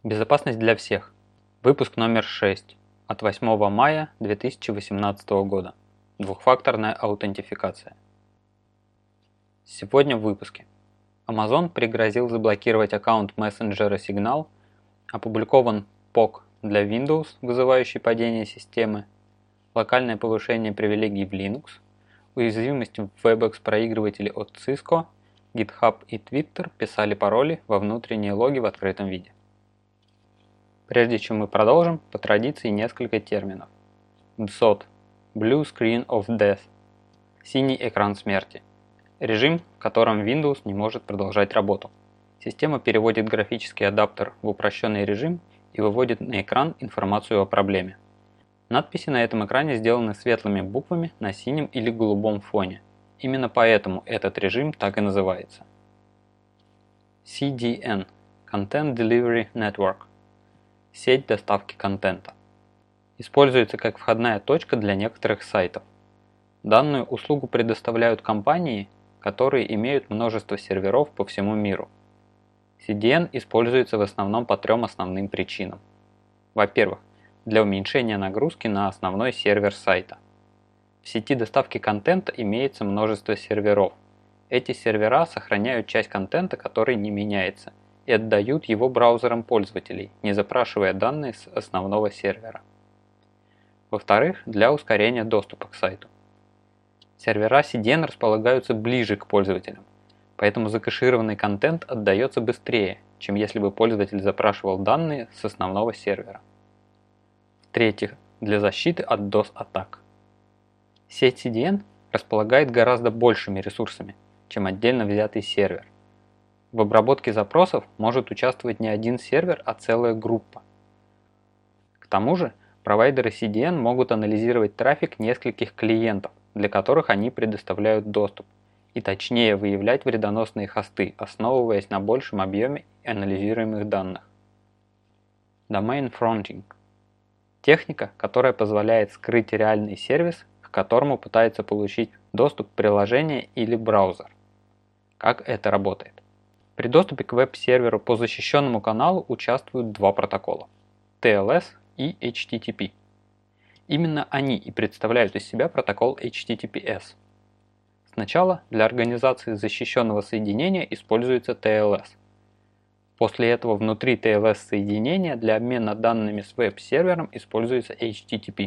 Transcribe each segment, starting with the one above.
Безопасность для всех. Выпуск номер 6 от 8 мая 2018 года. Двухфакторная аутентификация. Сегодня в выпуске. Amazon пригрозил заблокировать аккаунт мессенджера Signal, опубликован POC для Windows, вызывающий падение системы, локальное повышение привилегий в Linux, уязвимость в WebEx проигрывателе от Cisco, GitHub и Twitter писали пароли во внутренние логи в открытом виде. Прежде чем мы продолжим, по традиции несколько терминов. BSOD – Blue Screen of Death – синий экран смерти. Режим, в котором Windows не может продолжать работу. Система переводит графический адаптер в упрощенный режим и выводит на экран информацию о проблеме. Надписи на этом экране сделаны светлыми буквами на синем или голубом фоне. Именно поэтому этот режим так и называется. CDN – Content Delivery Network – сеть доставки контента. Используется как входная точка для некоторых сайтов. Данную услугу предоставляют компании, которые имеют множество серверов по всему миру. CDN используется в основном по трем основным причинам. Во-первых, для уменьшения нагрузки на основной сервер сайта. В сети доставки контента имеется множество серверов. Эти сервера сохраняют часть контента, который не меняется, и отдают его браузерам пользователей, не запрашивая данные с основного сервера. Во-вторых, для ускорения доступа к сайту. Сервера CDN располагаются ближе к пользователям, поэтому закэшированный контент отдается быстрее, чем если бы пользователь запрашивал данные с основного сервера. В-третьих, для защиты от DOS-атак. Сеть CDN располагает гораздо большими ресурсами, чем отдельно взятый сервер. В обработке запросов может участвовать не один сервер, а целая группа. К тому же, провайдеры CDN могут анализировать трафик нескольких клиентов, для которых они предоставляют доступ, и точнее выявлять вредоносные хосты, основываясь на большем объеме анализируемых данных. Domain Fronting – техника, которая позволяет скрыть реальный сервис, к которому пытается получить доступ приложение или браузер. Как это работает? При доступе к веб-серверу по защищенному каналу участвуют два протокола – TLS и HTTP. Именно они и представляют из себя протокол HTTPS. Сначала для организации защищенного соединения используется TLS. После этого внутри TLS-соединения для обмена данными с веб-сервером используется HTTP.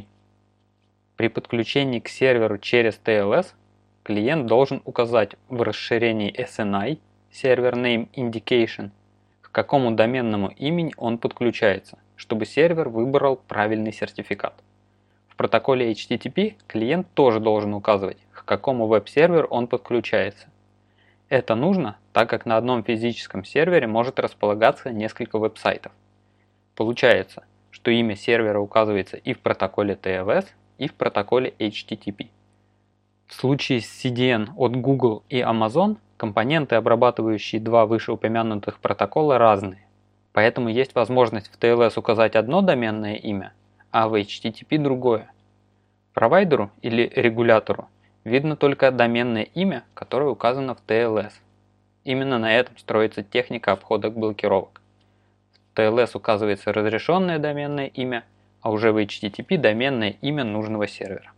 При подключении к серверу через TLS клиент должен указать в расширении SNI Server Name Indication, к какому доменному имени он подключается, чтобы сервер выбрал правильный сертификат. В протоколе HTTP клиент тоже должен указывать, к какому веб-серверу он подключается. Это нужно, так как на одном физическом сервере может располагаться несколько веб-сайтов. Получается, что имя сервера указывается и в протоколе TLS, и в протоколе HTTP. В случае с CDN от Google и Amazon компоненты, обрабатывающие два вышеупомянутых протокола, разные. Поэтому есть возможность в TLS указать одно доменное имя, а в HTTP другое. Провайдеру или регулятору видно только доменное имя, которое указано в TLS. Именно на этом строится техника обхода блокировок. В TLS указывается разрешенное доменное имя, а уже в HTTP доменное имя нужного сервера.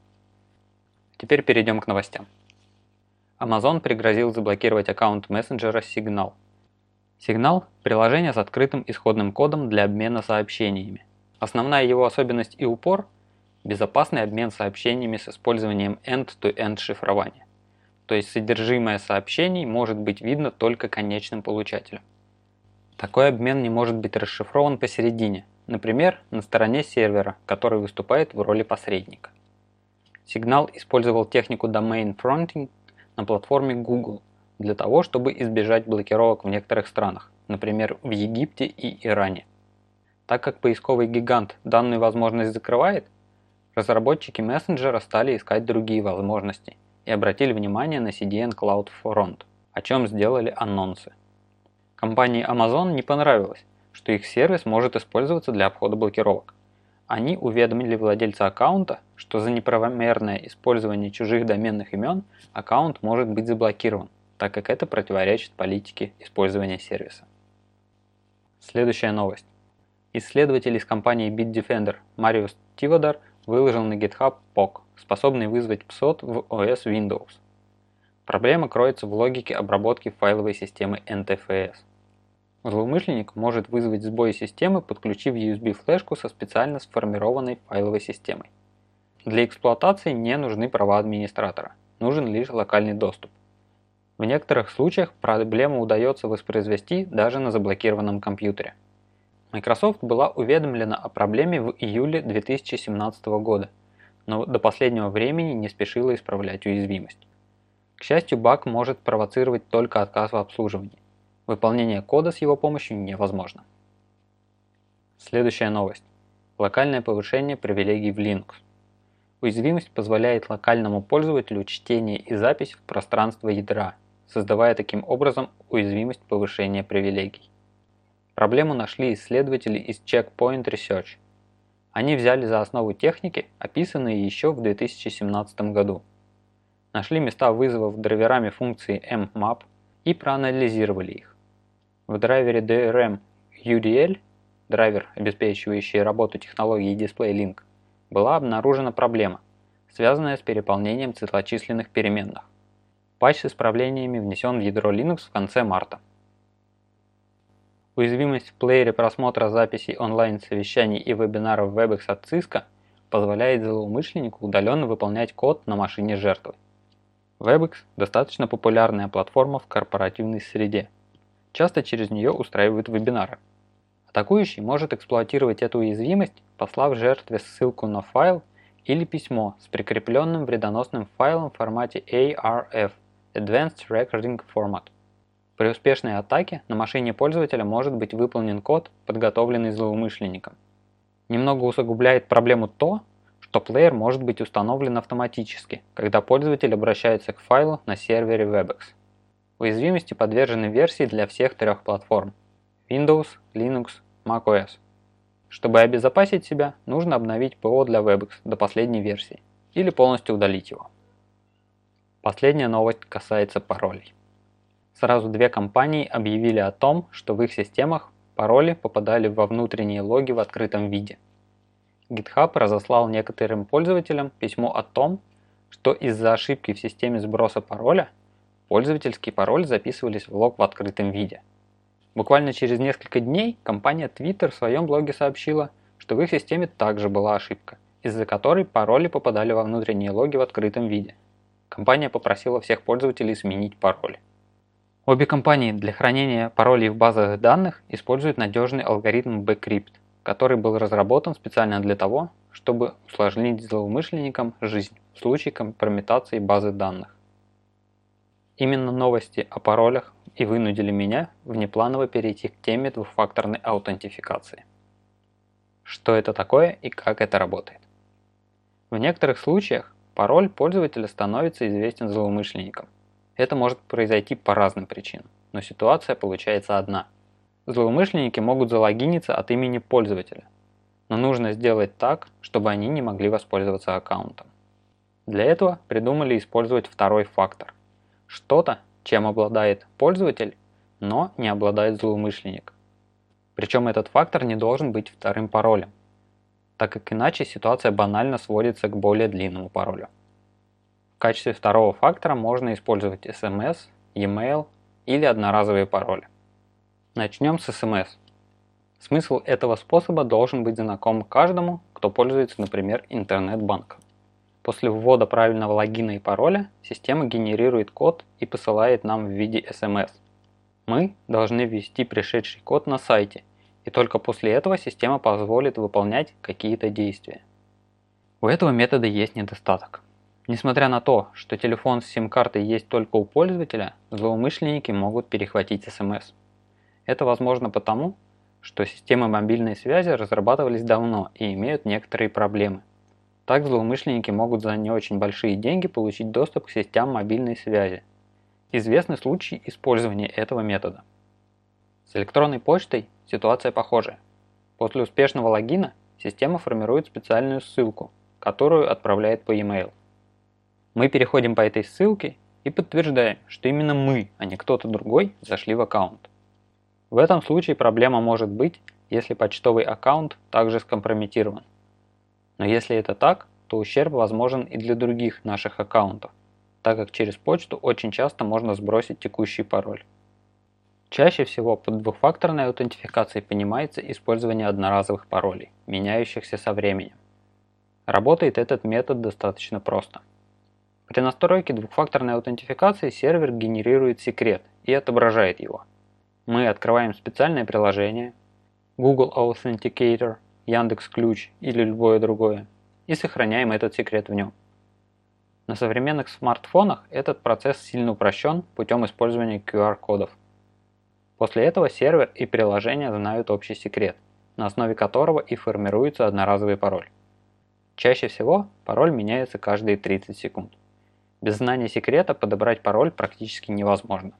Теперь перейдем к новостям. Amazon пригрозил заблокировать аккаунт мессенджера Signal. Signal – приложение с открытым исходным кодом для обмена сообщениями. Основная его особенность и упор – безопасный обмен сообщениями с использованием end-to-end шифрования. То есть содержимое сообщений может быть видно только конечным получателям. Такой обмен не может быть расшифрован посередине, например, на стороне сервера, который выступает в роли посредника. Signal использовал технику Domain Fronting на платформе Google для того, чтобы избежать блокировок в некоторых странах, например, в Египте и Иране. Так как поисковый гигант данную возможность закрывает, разработчики мессенджера стали искать другие возможности и обратили внимание на CDN CloudFront, о чем сделали анонсы. Компании Amazon не понравилось, что их сервис может использоваться для обхода блокировок. Они уведомили владельца аккаунта, что за неправомерное использование чужих доменных имен аккаунт может быть заблокирован, так как это противоречит политике использования сервиса. Следующая новость. Исследователь из компании Bitdefender Мариус Тиводар выложил на GitHub POC, способный вызвать PSOD в OS Windows. Проблема кроется в логике обработки файловой системы NTFS. Злоумышленник может вызвать сбой системы, подключив USB-флешку со специально сформированной файловой системой. Для эксплуатации не нужны права администратора, нужен лишь локальный доступ. В некоторых случаях проблему удается воспроизвести даже на заблокированном компьютере. Microsoft была уведомлена о проблеме в июле 2017 года, но до последнего времени не спешила исправлять уязвимость. К счастью, баг может провоцировать только отказ в обслуживании. Выполнение кода с его помощью невозможно. Следующая новость. Локальное повышение привилегий в Linux. Уязвимость позволяет локальному пользователю чтение и запись в пространство ядра, создавая таким образом уязвимость повышения привилегий. Проблему нашли исследователи из Checkpoint Research. Они взяли за основу техники, описанные еще в 2017 году. Нашли места вызовов драйверами функции mmap и проанализировали их. В драйвере DRM UDL, драйвер, обеспечивающий работу технологии DisplayLink, была обнаружена проблема, связанная с переполнением целочисленных переменных. Патч с исправлениями внесен в ядро Linux в конце марта. Уязвимость в плеере просмотра записей онлайн-совещаний и вебинаров WebEx от Cisco позволяет злоумышленнику удаленно выполнять код на машине жертвы. WebEx – достаточно популярная платформа в корпоративной среде. Часто через нее устраивают вебинары. Атакующий может эксплуатировать эту уязвимость, послав жертве ссылку на файл или письмо с прикрепленным вредоносным файлом в формате ARF – Advanced Recording Format. При успешной атаке на машине пользователя может быть выполнен код, подготовленный злоумышленником. Немного усугубляет проблему то, что плеер может быть установлен автоматически, когда пользователь обращается к файлу на сервере WebEx. Уязвимости подвержены версии для всех трех платформ – Windows, Linux, macOS. Чтобы обезопасить себя, нужно обновить ПО для WebEx до последней версии или полностью удалить его. Последняя новость касается паролей. Сразу две компании объявили о том, что в их системах пароли попадали во внутренние логи в открытом виде. GitHub разослал некоторым пользователям письмо о том, что из-за ошибки в системе сброса пароля пользовательский пароль записывались в лог в открытом виде. Буквально через несколько дней компания Twitter в своем блоге сообщила, что в их системе также была ошибка, из-за которой пароли попадали во внутренние логи в открытом виде. Компания попросила всех пользователей сменить пароли. Обе компании для хранения паролей в базах данных используют надежный алгоритм Bcrypt, который был разработан специально для того, чтобы усложнить злоумышленникам жизнь в случае компрометации базы данных. Именно новости о паролях и вынудили меня внепланово перейти к теме двухфакторной аутентификации. Что это такое и как это работает? В некоторых случаях пароль пользователя становится известен злоумышленникам. Это может произойти по разным причинам, но ситуация получается одна. Злоумышленники могут залогиниться от имени пользователя, но нужно сделать так, чтобы они не могли воспользоваться аккаунтом. Для этого придумали использовать второй фактор. Что-то, чем обладает пользователь, но не обладает злоумышленник. Причем этот фактор не должен быть вторым паролем, так как иначе ситуация банально сводится к более длинному паролю. В качестве второго фактора можно использовать SMS, e-mail или одноразовые пароли. Начнем с SMS. Смысл этого способа должен быть знаком каждому, кто пользуется, например, интернет-банком. После ввода правильного логина и пароля система генерирует код и посылает нам в виде SMS. Мы должны ввести пришедший код на сайте, и только после этого система позволит выполнять какие-то действия. У этого метода есть недостаток. Несмотря на то, что телефон с сим-картой есть только у пользователя, злоумышленники могут перехватить SMS. Это возможно потому, что системы мобильной связи разрабатывались давно и имеют некоторые проблемы. Так злоумышленники могут за не очень большие деньги получить доступ к сетям мобильной связи. Известны случаи использования этого метода. С электронной почтой ситуация похожая. После успешного логина система формирует специальную ссылку, которую отправляет по e-mail. Мы переходим по этой ссылке и подтверждаем, что именно мы, а не кто-то другой, зашли в аккаунт. В этом случае проблема может быть, если почтовый аккаунт также скомпрометирован. Но если это так, то ущерб возможен и для других наших аккаунтов, так как через почту очень часто можно сбросить текущий пароль. Чаще всего под двухфакторной аутентификацией понимается использование одноразовых паролей, меняющихся со временем. Работает этот метод достаточно просто. При настройке двухфакторной аутентификации сервер генерирует секрет и отображает его. Мы открываем специальное приложение, Google Authenticator, Яндекс.Ключ или любое другое, и сохраняем этот секрет в нем. На современных смартфонах этот процесс сильно упрощен путем использования QR-кодов. После этого сервер и приложение знают общий секрет, на основе которого и формируется одноразовый пароль. Чаще всего пароль меняется каждые 30 секунд. Без знания секрета подобрать пароль практически невозможно.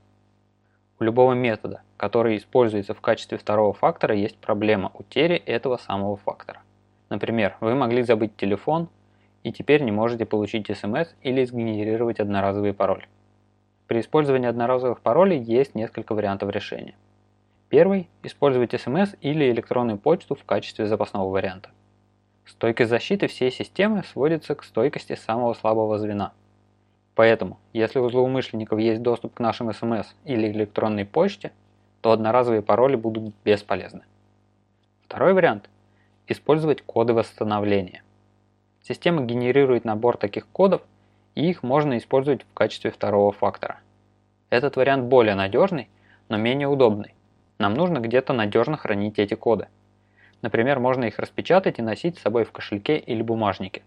У любого метода, который используется в качестве второго фактора, есть проблема утери этого самого фактора. Например, вы могли забыть телефон и теперь не можете получить СМС или сгенерировать одноразовый пароль. При использовании одноразовых паролей есть несколько вариантов решения. Первый – использовать СМС или электронную почту в качестве запасного варианта. Стойкость защиты всей системы сводится к стойкости самого слабого звена. Поэтому, если у злоумышленников есть доступ к нашим СМС или электронной почте, то одноразовые пароли будут бесполезны. Второй вариант – использовать коды восстановления. Система генерирует набор таких кодов, и их можно использовать в качестве второго фактора. Этот вариант более надежный, но менее удобный. Нам нужно где-то надежно хранить эти коды. Например, можно их распечатать и носить с собой в кошельке или бумажнике.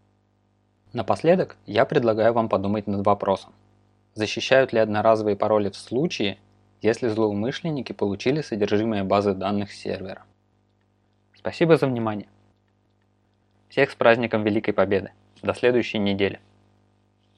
Напоследок, я предлагаю вам подумать над вопросом. Защищают ли одноразовые пароли в случае, если злоумышленники получили содержимое базы данных сервера? Спасибо за внимание. Всех с праздником Великой Победы. До следующей недели.